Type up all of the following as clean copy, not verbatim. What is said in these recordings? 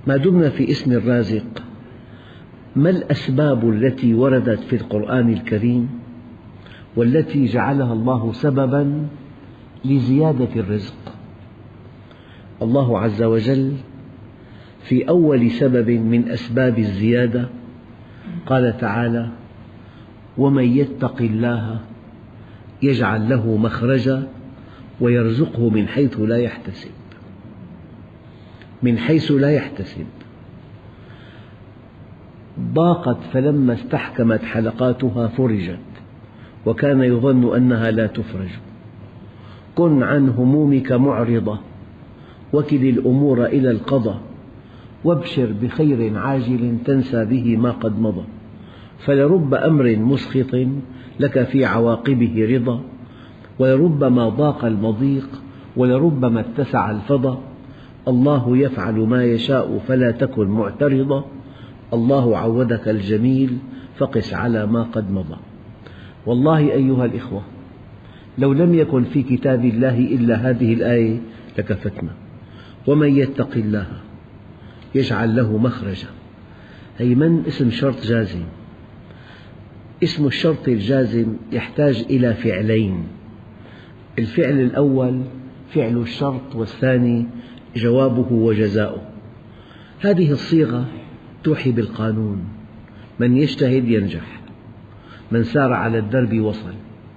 ما دمنا في اسم الرازق، ما الأسباب التي وردت في القرآن الكريم والتي جعلها الله سببا لزيادة الرزق؟ الله عز وجل في أول سبب من أسباب الزيادة قال تعالى: ومن يتق الله يجعل له مخرجا ويرزقه من حيث لا يحتسب. من حيث لا يحتسب. ضاقت فلما استحكمت حلقاتها فرجت، وكان يظن أنها لا تفرج. كن عن همومك معرضة، وكل الأمور إلى القضاء، وابشر بخير عاجل تنسى به ما قد مضى. فلرب أمر مسخط لك في عواقبه رضا، ولربما ضاق المضيق، ولربما اتسع الفضا. الله يفعل ما يشاء فلا تكن معترضا، الله عودك الجميل فقس على ما قد مضى. والله أيها الإخوة، لو لم يكن في كتاب الله إلا هذه الآية لكفتنا. ومن يتق الله يجعل له مخرجا. هي من اسم شرط جازم. اسم الشرط الجازم يحتاج إلى فعلين: الفعل الأول فعل الشرط، والثاني جوابه وجزاؤه. هذه الصيغة توحي بالقانون: من يجتهد ينجح، من سار على الدرب وصل.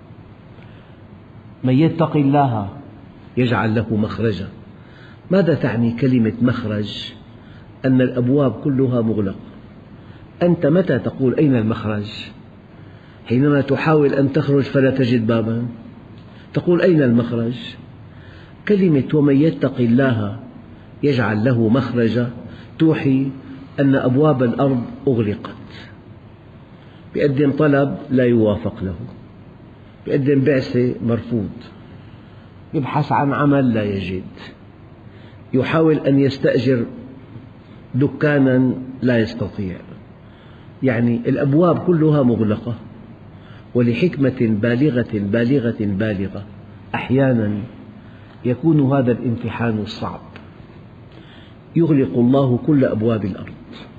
من يتق الله يجعل له مخرجا. ماذا تعني كلمة مخرج؟ أن الأبواب كلها مغلقة. أنت متى تقول أين المخرج؟ حينما تحاول أن تخرج فلا تجد بابا تقول أين المخرج؟ كلمة ومن يتق الله يجعل له مخرجا توحي أن أبواب الأرض أغلقت. بيقدم طلب لا يوافق له، بيقدم بعثة مرفوض، يبحث عن عمل لا يجد، يحاول أن يستأجر دكانا لا يستطيع. يعني الأبواب كلها مغلقة. ولحكمة بالغة بالغة بالغة أحيانا يكون هذا الامتحان الصعب. يغلق الله كل أبواب الأرض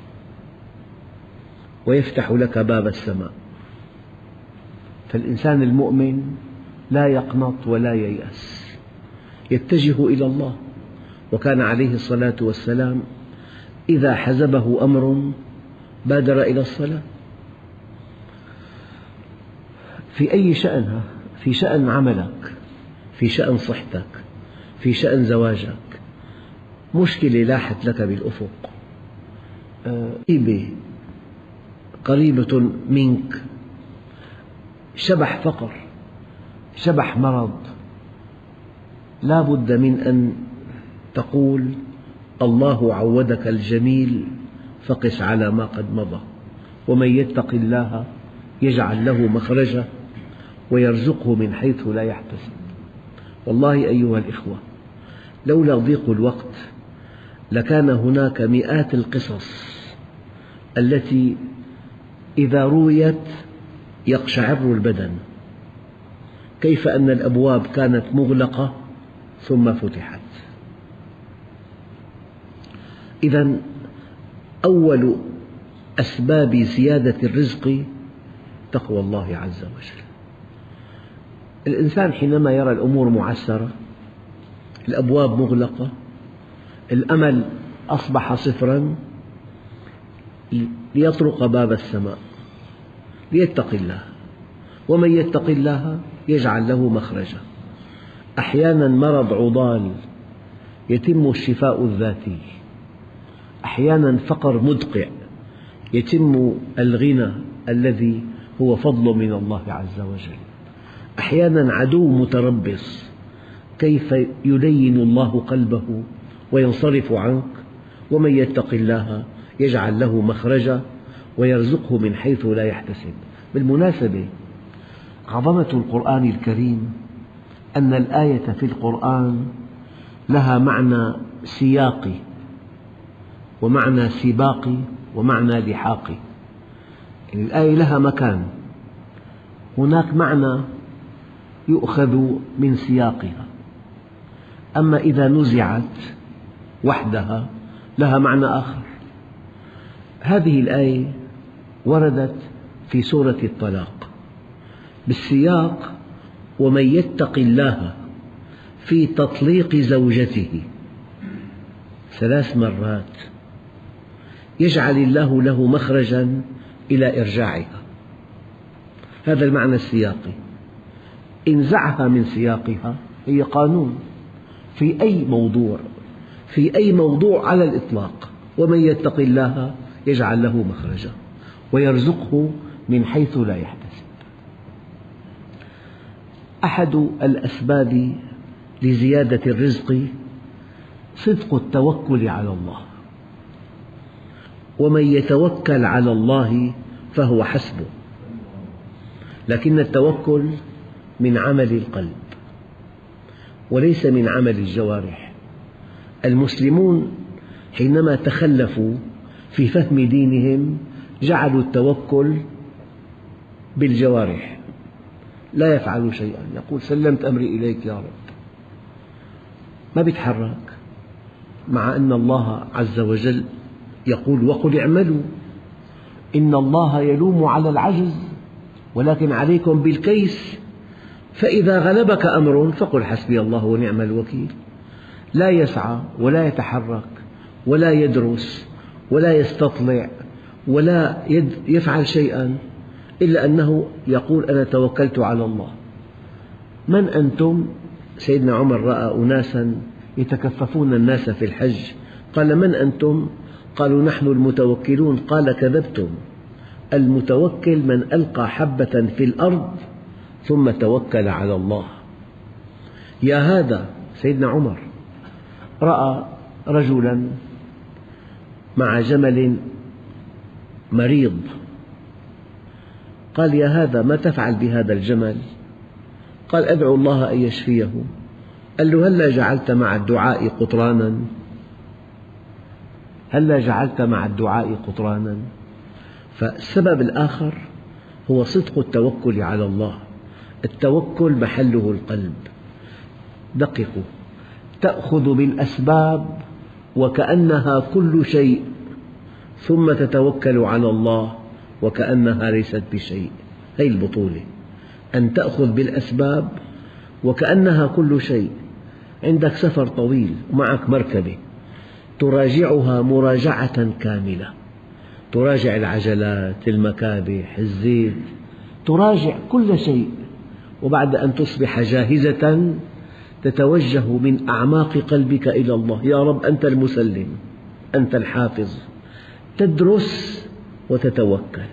ويفتح لك باب السماء، فالإنسان المؤمن لا يقنط ولا ييأس، يتجه إلى الله. وكان عليه الصلاة والسلام إذا حزبه أمر بادر إلى الصلاة. في أي شأن، في شأن عملك، في شأن صحتك، في شأن زواجك، مشكلة لاحت لك بالأفق، قريبة منك، شبح فقر، شبح مرض، لا بد من أن تقول: الله عودك الجميل فقس على ما قد مضى. ومن يتق الله يجعل له مخرجا ويرزقه من حيث لا يحتسب. والله أيها الإخوة، لولا ضيق الوقت لكان هناك مئات القصص التي إذا رويت يقشعر البدن، كيف أن الأبواب كانت مغلقة ثم فتحت. إذن أول أسباب زيادة الرزق تقوى الله عز وجل. الإنسان حينما يرى الأمور معسرة، الأبواب مغلقة، الأمل أصبح صفراً، ليطرق باب السماء، ليتق الله. ومن يتق الله يجعل له مخرجا. أحياناً مرض عضال يتم الشفاء الذاتي، أحياناً فقر مدقع يتم الغنى الذي هو فضل من الله عز وجل، أحياناً عدو متربص كيف يلين الله قلبه وينصرف عنك. ومن يتق الله يجعل له مخرجا ويرزقه من حيث لا يحتسب. بالمناسبة، عظمة القرآن الكريم أن الآية في القرآن لها معنى سياقي، ومعنى سباقي، ومعنى لحاقي. يعني الآية لها مكان، هناك معنى يؤخذ من سياقها. أما إذا نزعت وحدها لها معنى آخر. هذه الآية وردت في سورة الطلاق بالسياق: ومن يتق الله في تطليق زوجته 3 مرات يجعل الله له مخرجا إلى إرجاعها. هذا المعنى السياقي. انزعها من سياقها، هي قانون في أي موضوع على الإطلاق: ومن يتق الله يجعل له مخرجا ويرزقه من حيث لا يحتسب. أحد الأسباب لزيادة الرزق صدق التوكل على الله، ومن يتوكل على الله فهو حسبه. لكن التوكل من عمل القلب وليس من عمل الجوارح. المسلمون حينما تخلفوا في فهم دينهم جعلوا التوكل بالجوارح، لا يفعل شيئا، يقول سلمت أمري إليك يا رب، ما يتحرك، مع أن الله عز وجل يقول: وقل اعملوا إن الله يلوم على العجز ولكن عليكم بالكيس، فإذا غلبك أمر فقل حسبي الله ونعم الوكيل. لا يسعى ولا يتحرك ولا يدرس ولا يستطلع ولا يفعل شيئا إلا أنه يقول: أنا توكلت على الله. من أنتم؟ سيدنا عمر رأى أناسا يتكففون الناس في الحج، قال: من أنتم؟ قالوا: نحن المتوكلون. قال: كذبتم، المتوكل من ألقى حبة في الأرض ثم توكل على الله. يا هذا سيدنا عمر رأى رجلا مع جمل مريض، قال: يا هذا ما تفعل بهذا الجمل؟ قال: أدعو الله أن يشفيه. قال له: هلا جعلت مع الدعاء قطرانا؟ هلا جعلت مع الدعاء قطرانا؟ فالسبب الآخر هو صدق التوكل على الله. التوكل محله القلب. دققوا: تأخذ بالأسباب وكأنها كل شيء، ثم تتوكل على الله وكأنها ليست بشيء. هذه البطولة، أن تأخذ بالأسباب وكأنها كل شيء. عندك سفر طويل ومعك مركبة تراجعها مراجعة كاملة، تراجع العجلات، المكابح، الزيت، تراجع كل شيء، وبعد أن تصبح جاهزة تتوجه من أعماق قلبك إلى الله: يا رب أنت المسلم، أنت الحافظ. تدرس وتتوكل،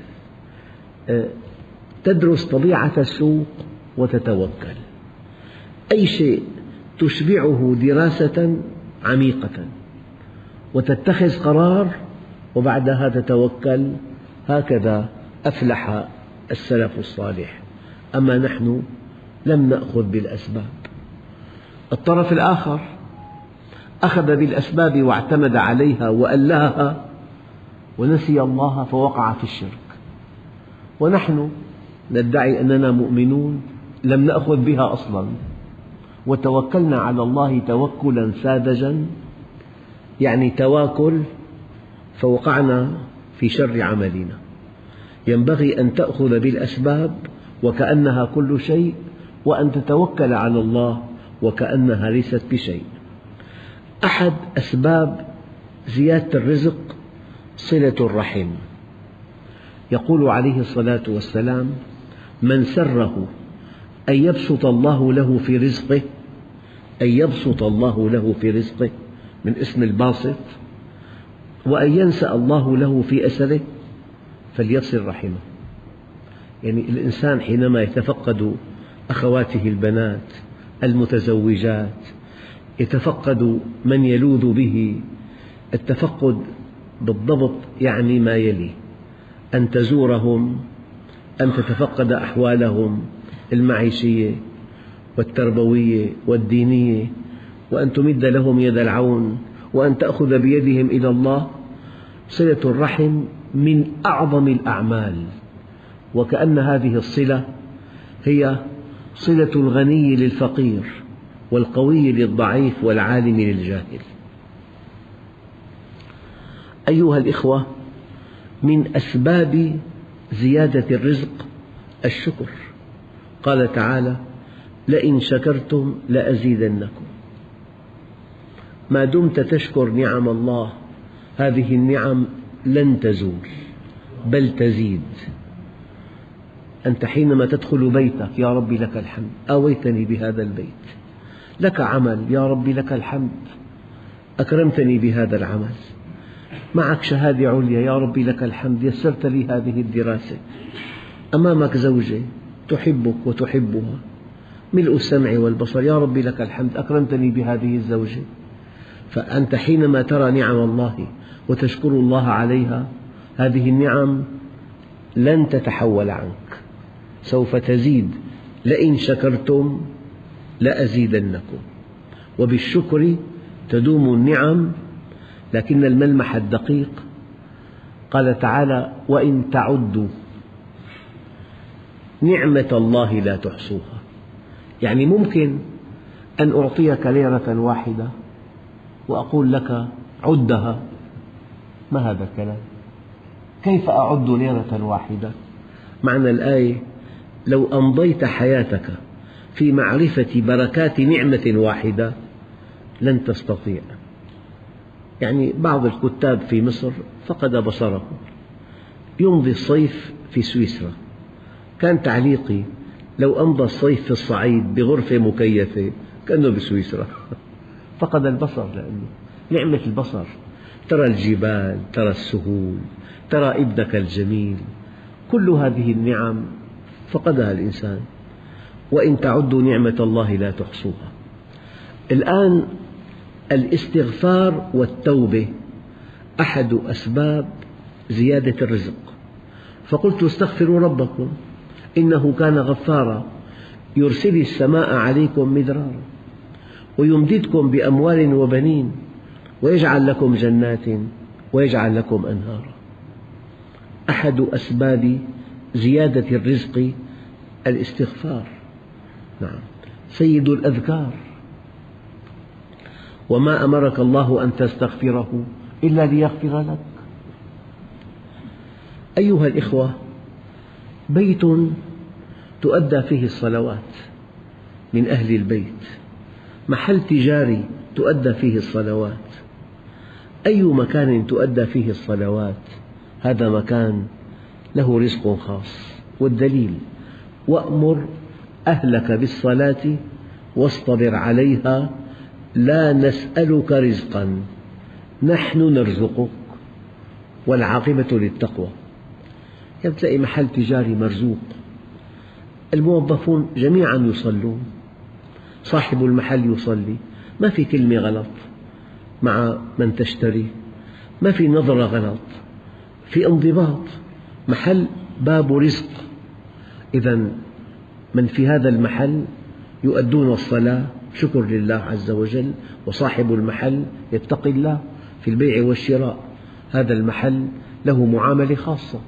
تدرس طبيعة السوق وتتوكل. أي شيء تشبعه دراسة عميقة وتتخذ قرار وبعدها تتوكل. هكذا أفلح السلف الصالح. أما نحن لم نأخذ بالأسباب. الطرف الآخر أخذ بالأسباب واعتمد عليها وألهها ونسي الله فوقع في الشرك. ونحن ندعي أننا مؤمنون لم نأخذ بها أصلا، وتوكلنا على الله توكلا ساذجا، يعني تواكل، فوقعنا في شر عملنا. ينبغي أن تأخذ بالأسباب وكأنها كل شيء، وأن تتوكل على الله وكأنها ليست بشيء. أحد أسباب زيادة الرزق صلة الرحم. يقول عليه الصلاة والسلام: من سره أن يبسط الله له في رزقه، أن يبسط الله له في رزقه من اسم الباسط، وأن ينسأ الله له في أسره فليصل رحمه. يعني الإنسان حينما يتفقد أخواته البنات المتزوجات، يتفقد من يلوذ به، التفقد بالضبط يعني ما يلي: أن تزورهم، أن تتفقد أحوالهم المعيشية والتربوية والدينية، وأن تمد لهم يد العون، وأن تأخذ بيدهم إلى الله. صلة الرحم من أعظم الأعمال، وكأن هذه الصلة هي صلة الغني للفقير والقوي للضعيف والعالم للجاهل. أيها الإخوة، من أسباب زيادة الرزق الشكر. قال تعالى: لئن شكرتم لأزيدنكم. ما دمت تشكر نعم الله، هذه النعم لن تزول بل تزيد. أنت حينما تدخل بيتك: يا ربي لك الحمد، آويتني بهذا البيت. لك عمل: يا ربي لك الحمد، أكرمتني بهذا العمل. معك شهادة عليا: يا ربي لك الحمد، يسرت لي هذه الدراسة. أمامك زوجة تحبك وتحبها، ملء السمع والبصر: يا ربي لك الحمد، أكرمتني بهذه الزوجة. فأنت حينما ترى نعم الله وتشكر الله عليها، هذه النعم لن تتحول عنك، سوف تزيد. لئن شكرتم لأزيدنكم. وبالشكر تدوم النعم. لكن الملمح الدقيق قال تعالى: وإن تعدوا نعمة الله لا تحصوها. يعني ممكن أن أعطيك ليرة واحدة وأقول لك: عدها. ما هذا الكلام؟ كيف أعد ليرة واحدة؟ معنى الآية: لو أمضيت حياتك في معرفة بركات نعمة واحدة لن تستطيع. يعني بعض الكتاب في مصر فقد بصره، يمضي الصيف في سويسرا. كان تعليقي: لو أمضى الصيف في الصعيد بغرفة مكيفة كأنه بسويسرا. فقد البصر، لأنه نعمة البصر. ترى الجبال، ترى السهول، ترى ابنك الجميل، كل هذه النعم فقدها الإنسان. وإن تعدوا نعمة الله لا تحصوها. الآن الاستغفار والتوبة أحد أسباب زيادة الرزق. فقلت: استغفروا ربكم إنه كان غفارا يرسل السماء عليكم مدرارا ويمددكم بأموال وبنين ويجعل لكم جنات ويجعل لكم أنهارا. أحد أسباب زيادة الرزق الاستغفار. نعم، سيد الأذكار: وما أمرك الله أن تستغفره إلا ليغفر لك. أيها الإخوة، بيت تؤدى فيه الصلوات من أهل البيت، محل تجاري تؤدى فيه الصلوات، أي مكان تؤدى فيه الصلوات هذا مكان له رزق خاص. والدليل: وأمر أهلك بالصلاة واصطبر عليها لا نسألك رزقا نحن نرزقك والعاقبة للتقوى. يعني تلاقي محل تجاري مرزوق، الموظفون جميعا يصلون، صاحب المحل يصلي، ما في كلمة غلط مع من تشتري، ما في نظرة غلط، في انضباط، محل باب رزق. إذا من في هذا المحل يؤدون الصلاة شكر لله عز وجل، وصاحب المحل يتقي الله في البيع والشراء، هذا المحل له معاملة خاصة.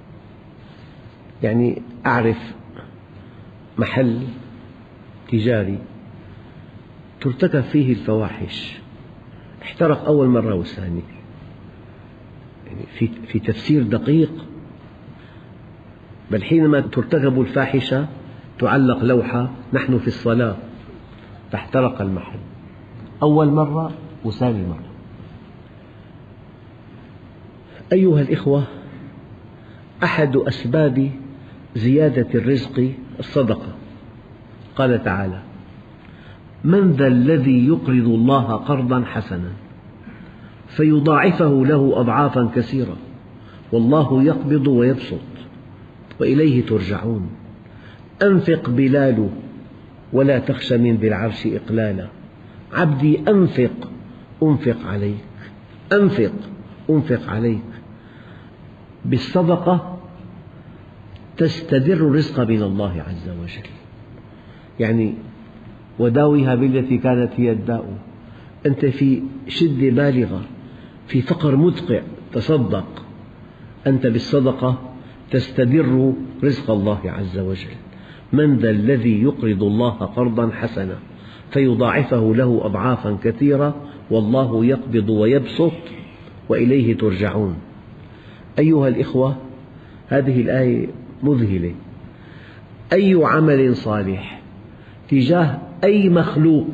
يعني أعرف محل تجاري ترتكب فيه الفواحش، احترق أول مرة والثانية، يعني في تفسير دقيق، بل حينما ترتكب الفاحشة تعلق لوحة: نحن في الصلاة، فاحترق المحل أول مرة وثاني مرة. أيها الإخوة، أحد أسباب زيادة الرزق الصدقة. قال تعالى: من ذا الذي يقرض الله قرضا حسنا فيضاعفه له أضعافا كثيرة والله يقبض ويبسط وإليه ترجعون. أنفق بلال ولا تخش من ذي العرش إقلالا. عبدي أنفق أنفق عليك، أنفق أنفق عليك. بالصدقة تستدر الرزق من الله عز وجل. يعني وداويها بالتي كانت هي الداء. أنت في شدة بالغة، في فقر مدقع، تصدق. أنت بالصدقة تستدر رزق الله عز وجل. من ذا الذي يقرض الله قرضا حسنا فيضاعفه له أضعافا كثيرة والله يقبض ويبسط وإليه ترجعون. أيها الإخوة، هذه الآية مذهلة. أي عمل صالح تجاه أي مخلوق،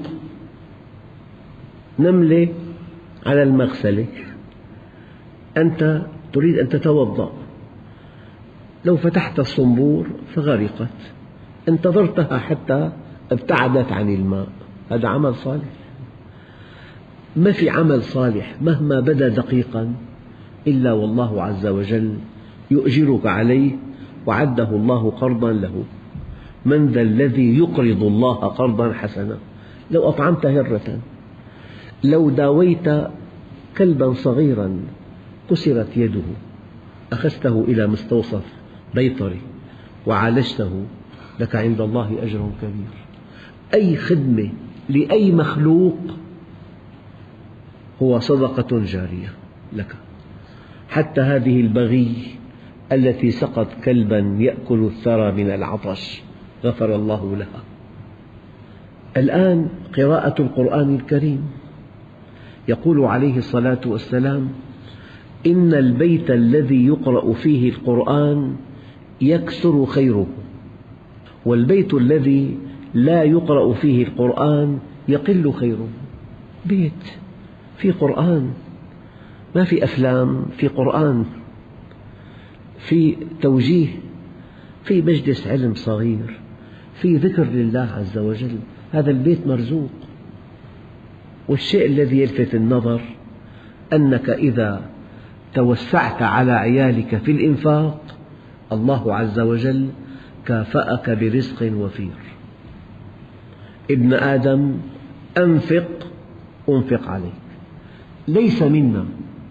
نملة على المغسلة، أنت تريد أن تتوضأ، لو فتحت الصنبور فغرقت، انتظرتها حتى ابتعدت عن الماء، هذا عمل صالح. ما في عمل صالح مهما بدا دقيقا إلا والله عز وجل يؤجرك عليه، وعده الله قرضا له. من ذا الذي يقرض الله قرضا حسنا؟ لو أطعمت هرة، لو داويت كلبا صغيرا كسرت يده، أخذته إلى مستوصف بيطري وعالجته، لك عند الله أجر كبير. أي خدمة لأي مخلوق هو صدقة جارية لك. حتى هذه البغي التي سقت كلبا يأكل الثرى من العطش غفر الله لها. الآن قراءة القرآن الكريم، يقول عليه الصلاة والسلام: إن البيت الذي يقرأ فيه القرآن يكثر خيره، والبيت الذي لا يقرأ فيه القرآن يقل خيره. بيت في قرآن، ما في أفلام، في قرآن، في توجيه، في مجلس علم صغير، في ذكر لله عز وجل، هذا البيت مرزوق. والشيء الذي يلفت النظر أنك إذا توسعت على عيالك في الإنفاق، الله عز وجل كافأك برزق وفير. ابن آدم أنفق أنفق عليك. ليس منا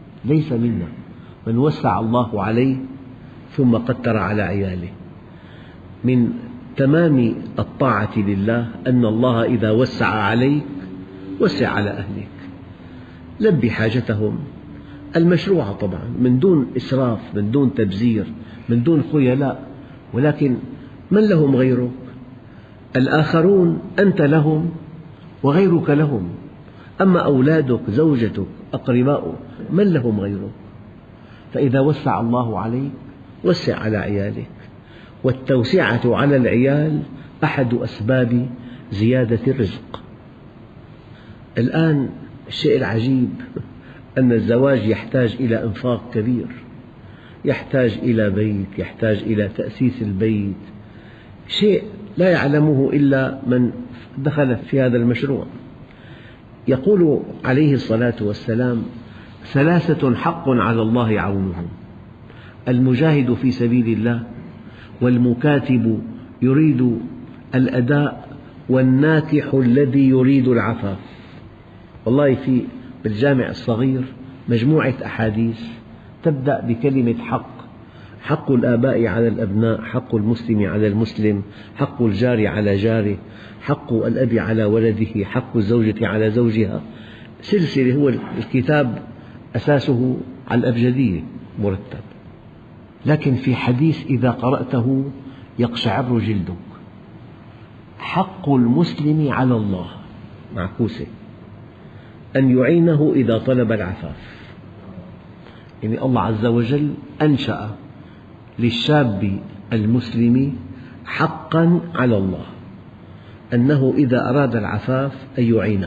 من وسع الله عليه ثم قتر على عياله. من تمام الطاعة لله أن الله إذا وسع عليك وسع على أهلك، لبي حاجتهم المشروعة طبعا، من دون إسراف، من دون تبذير، من دون خيلاء، ولكن من لهم غيرك؟ الآخرون أنت لهم وغيرك لهم، أما أولادك، زوجتك، أقرباؤك، من لهم غيرك؟ فإذا وسع الله عليك وسع على عيالك. والتوسعة على العيال أحد أسباب زيادة الرزق. الآن الشيء العجيب أن الزواج يحتاج إلى إنفاق كبير، يحتاج إلى بيت، يحتاج إلى تأسيس البيت، شيء لا يعلمه إلا من دخل في هذا المشروع. يقول عليه الصلاة والسلام: ثلاثة حق على الله عونهم: المجاهد في سبيل الله، والمكاتب يريد الأداء، والناكح الذي يريد العفاف. والله في بالجامع الصغير مجموعة أحاديث تبدأ بكلمة حق: حق الآباء على الأبناء، حق المسلم على المسلم، حق الجار على جاره، حق الأب على ولده، حق الزوجة على زوجها. سلسلة، هو الكتاب أساسه على الأبجدية مرتب، لكن في حديث إذا قرأته يقشعر جلدك: حق المسلم على الله، معكوسة، أن يعينه إذا طلب العفاف. يعني الله عز وجل أنشأ للشاب المسلم حقا على الله أنه إذا أراد العفاف أن يعينه.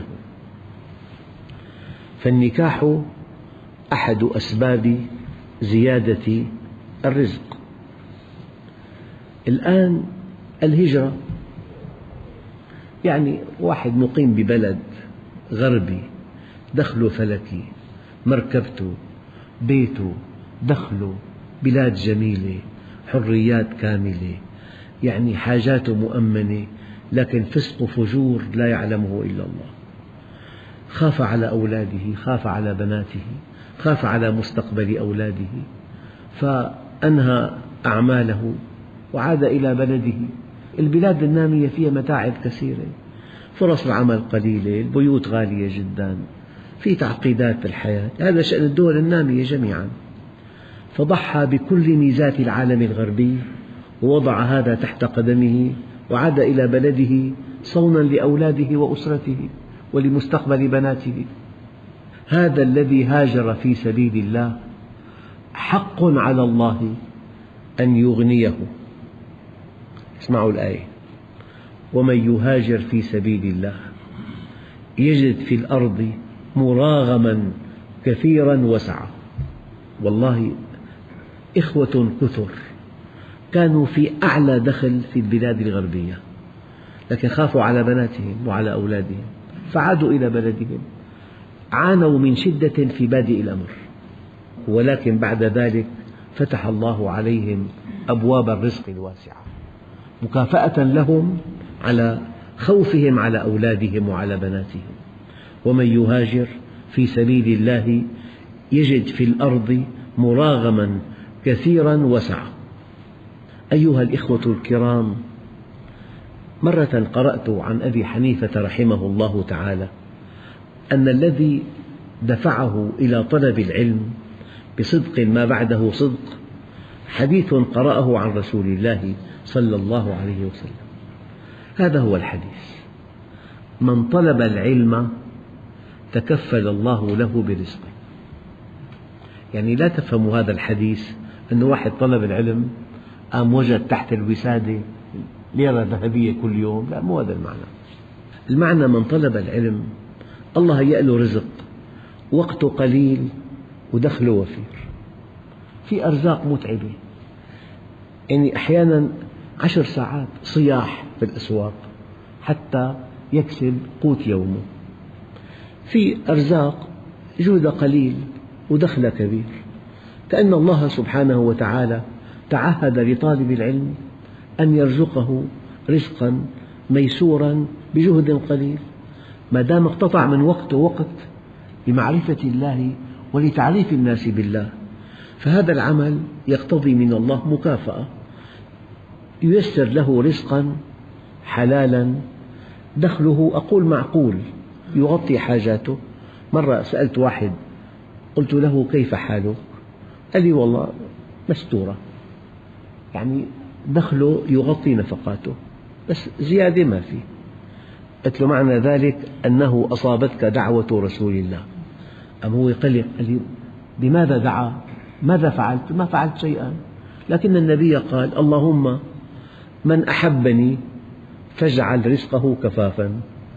فالنكاح أحد أسباب زيادة الرزق. الآن الهجرة، يعني واحد مقيم ببلد غربي، دخله فلكي، مركبته، بيته، دخله، بلاد جميلة، حريات كاملة، يعني حاجاته مؤمنة، لكن فسق وفجور لا يعلمه إلا الله. خاف على أولاده، خاف على بناته، خاف على مستقبل أولاده، فأنهى أعماله وعاد إلى بلده. البلاد النامية فيها متاعب كثيرة، فرص العمل قليلة، البيوت غالية جدا، في تعقيدات في الحياة. هذا شأن الدول النامية جميعا. فضحى بكل ميزات العالم الغربي ووضع هذا تحت قدمه، وعاد إلى بلده صونا لأولاده وأسرته ولمستقبل بناته. هذا الذي هاجر في سبيل الله حق على الله أن يغنيه. اسمعوا الآية: ومن يهاجر في سبيل الله يجد في الأرض مراغما كثيرا وسعة. والله إخوة كثر كانوا في أعلى دخل في البلاد الغربية، لكن خافوا على بناتهم وعلى أولادهم فعادوا إلى بلدهم، عانوا من شدة في بادئ الأمر، ولكن بعد ذلك فتح الله عليهم أبواب الرزق الواسعة مكافأة لهم على خوفهم على أولادهم وعلى بناتهم. ومن يهاجر في سبيل الله يجد في الأرض مراغما كثيرا وسعة. أيها الإخوة الكرام، مرة قرأت عن أبي حنيفة رحمه الله تعالى أن الذي دفعه إلى طلب العلم بصدق ما بعده صدق حديث قرأه عن رسول الله صلى الله عليه وسلم. هذا هو الحديث: من طلب العلم تكفل الله له برزقه. يعني لا تفهموا هذا الحديث أن واحد طلب العلم قام وجد تحت الوسادة ليرة ذهبية كل يوم، لا، مو هذا المعنى. المعنى من طلب العلم الله هيأ له رزق، وقته قليل ودخله وفير. في أرزاق متعبة، يعني أحيانا 10 ساعات صياح في الأسواق حتى يكسب قوت يومه. في أرزاق جهد قليل ودخل كبير، كأن الله سبحانه وتعالى تعهد لطالب العلم أن يرزقه رزقا ميسورا بجهد قليل، ما دام اقتطع من وقته وقت لمعرفة الله ولتعريف الناس بالله، فهذا العمل يقتضي من الله مكافأة، ييسر له رزقا حلالا دخله أقول معقول يغطي حاجاته. مرة سألت واحد قلت له: كيف حالك؟ قال لي: والله مستورة، يعني دخله يغطي نفقاته بس زيادة ما فيه. قلت له: معنى ذلك أنه أصابتك دعوة رسول الله. أم هو قلق، قال لي: بماذا دعا؟ ماذا فعلت؟ ما فعلت شيئا، لكن النبي قال: اللهم من أحبني فاجعل رزقه كفافا.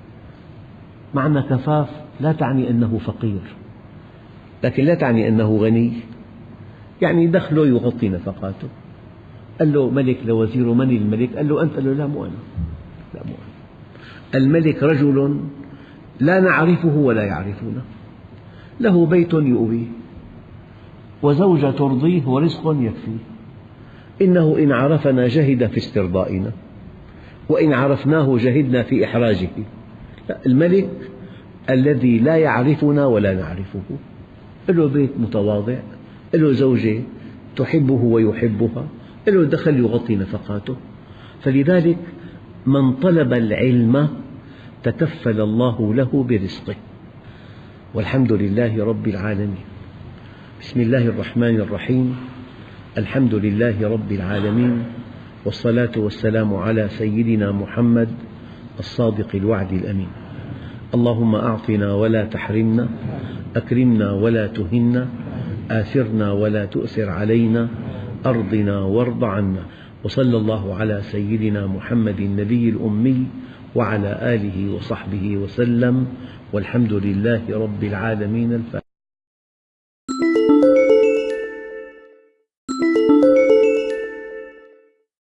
معنى كفاف لا تعني أنه فقير، لكن لا تعني أنه غني، يعني دخله يغطي نفقاته. قال له ملك لوزير: من الملك؟ قال له: أنت. قال له: لا، مو أنا. لا، مو أنا. الملك رجل لا نعرفه ولا يعرفونه، له بيت يؤويه وزوجة ترضيه ورزق يكفيه. إنه إن عرفنا جهد في استرضائنا، وإن عرفناه جهدنا في إحراجه. الملك الذي لا يعرفنا ولا نعرفه، له بيت متواضع، له زوجة تحبه ويحبها، له دخل يغطي نفقاته. فلذلك من طلب العلم تكفل الله له برزقه. والحمد لله رب العالمين. بسم الله الرحمن الرحيم. الحمد لله رب العالمين، والصلاة والسلام على سيدنا محمد الصادق الوعد الأمين. اللهم أعطنا ولا تحرمنا، أكرمنا ولا تهنا، آثرنا ولا تؤثر علينا، أرضنا وارض عنا. وصلى الله على سيدنا محمد النبي الأمي وعلى آله وصحبه وسلم، والحمد لله رب العالمين. الفاتحة.